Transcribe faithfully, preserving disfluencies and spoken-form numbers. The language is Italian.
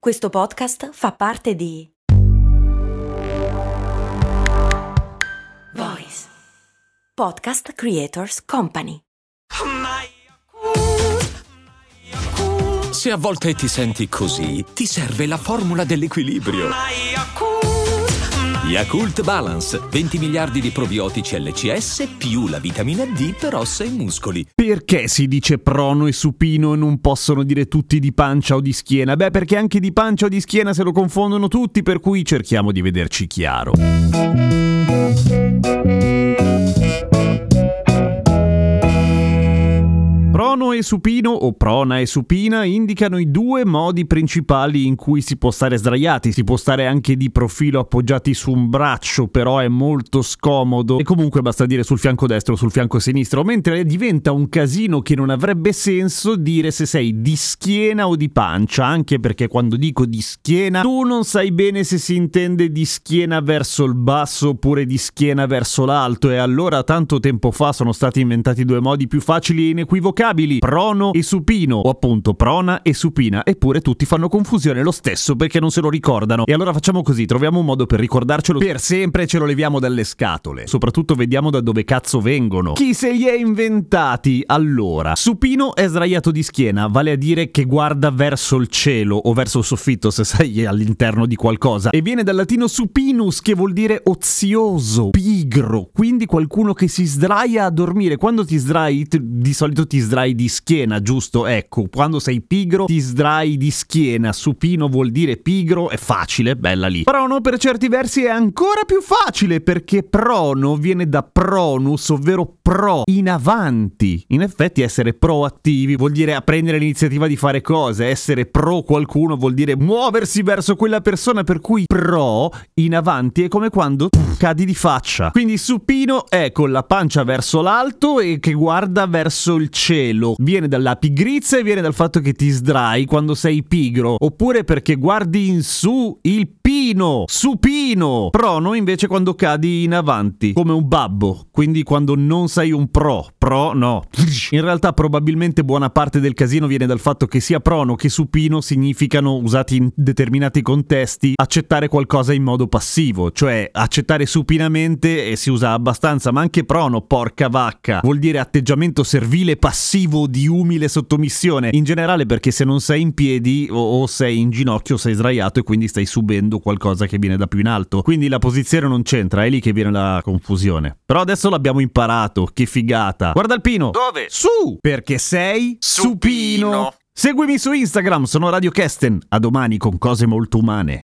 Questo podcast fa parte di Voice Podcast Creators Company. Se a volte ti senti così, ti serve la formula dell'equilibrio. Yakult Balance, venti miliardi di probiotici L C S più la vitamina D per ossa e muscoli. Perché si dice prono e supino e non possono dire tutti di pancia o di schiena? Beh, perché anche di pancia o di schiena se lo confondono tutti, per cui cerchiamo di vederci chiaro. Prono e supino o prona e supina indicano i due modi principali in cui si può stare sdraiati. Si può stare anche di profilo appoggiati su un braccio, però è molto scomodo e comunque basta dire sul fianco destro o sul fianco sinistro, mentre diventa un casino che non avrebbe senso dire se sei di schiena o di pancia, anche perché quando dico di schiena tu non sai bene se si intende di schiena verso il basso oppure di schiena verso l'alto, e allora tanto tempo fa sono stati inventati due modi più facili e inequivocabili: prono e supino, o appunto prona e supina, eppure tutti fanno confusione lo stesso perché non se lo ricordano. E allora facciamo così, troviamo un modo per ricordarcelo per sempre e ce lo leviamo dalle scatole. Soprattutto vediamo da dove cazzo vengono. Chi se li è inventati? Allora, supino è sdraiato di schiena, vale a dire che guarda verso il cielo o verso il soffitto se sei all'interno di qualcosa, e viene dal latino supinus, che vuol dire ozioso, pigro, quindi qualcuno che si sdraia a dormire. Quando ti sdrai, di solito ti sdrai di schiena, giusto? Ecco, quando sei pigro ti sdrai di schiena. Supino vuol dire pigro, è facile, bella lì. Prono per certi versi è ancora più facile, perché prono viene da pronus, ovvero pro, in avanti. In effetti essere proattivi vuol dire prendere l'iniziativa di fare cose, essere pro qualcuno vuol dire muoversi verso quella persona, per cui pro, in avanti, è come quando cadi di faccia. Quindi supino è con la pancia verso l'alto e che guarda verso il cielo. Viene dalla pigrizia e viene dal fatto che ti sdrai quando sei pigro, oppure perché guardi in su, il pino, supino. Prono invece quando cadi in avanti, come un babbo, quindi quando non sei un pro. Pro no. In realtà probabilmente buona parte del casino viene dal fatto che sia prono che supino significano, usati in determinati contesti, accettare qualcosa in modo passivo, cioè accettare supinamente, e si usa abbastanza, ma anche prono, porca vacca, vuol dire atteggiamento servile passivo di umile sottomissione, in generale perché se non sei in piedi o, o sei in ginocchio sei sdraiato e quindi stai subendo qualcosa che viene da più in alto, quindi la posizione non c'entra, è lì che viene la confusione. Però adesso l'abbiamo imparato, che figata. Guarda il pino. Dove? Su! Perché sei supino. Supino. Seguimi su Instagram, sono Radio Kesten. A domani con cose molto umane.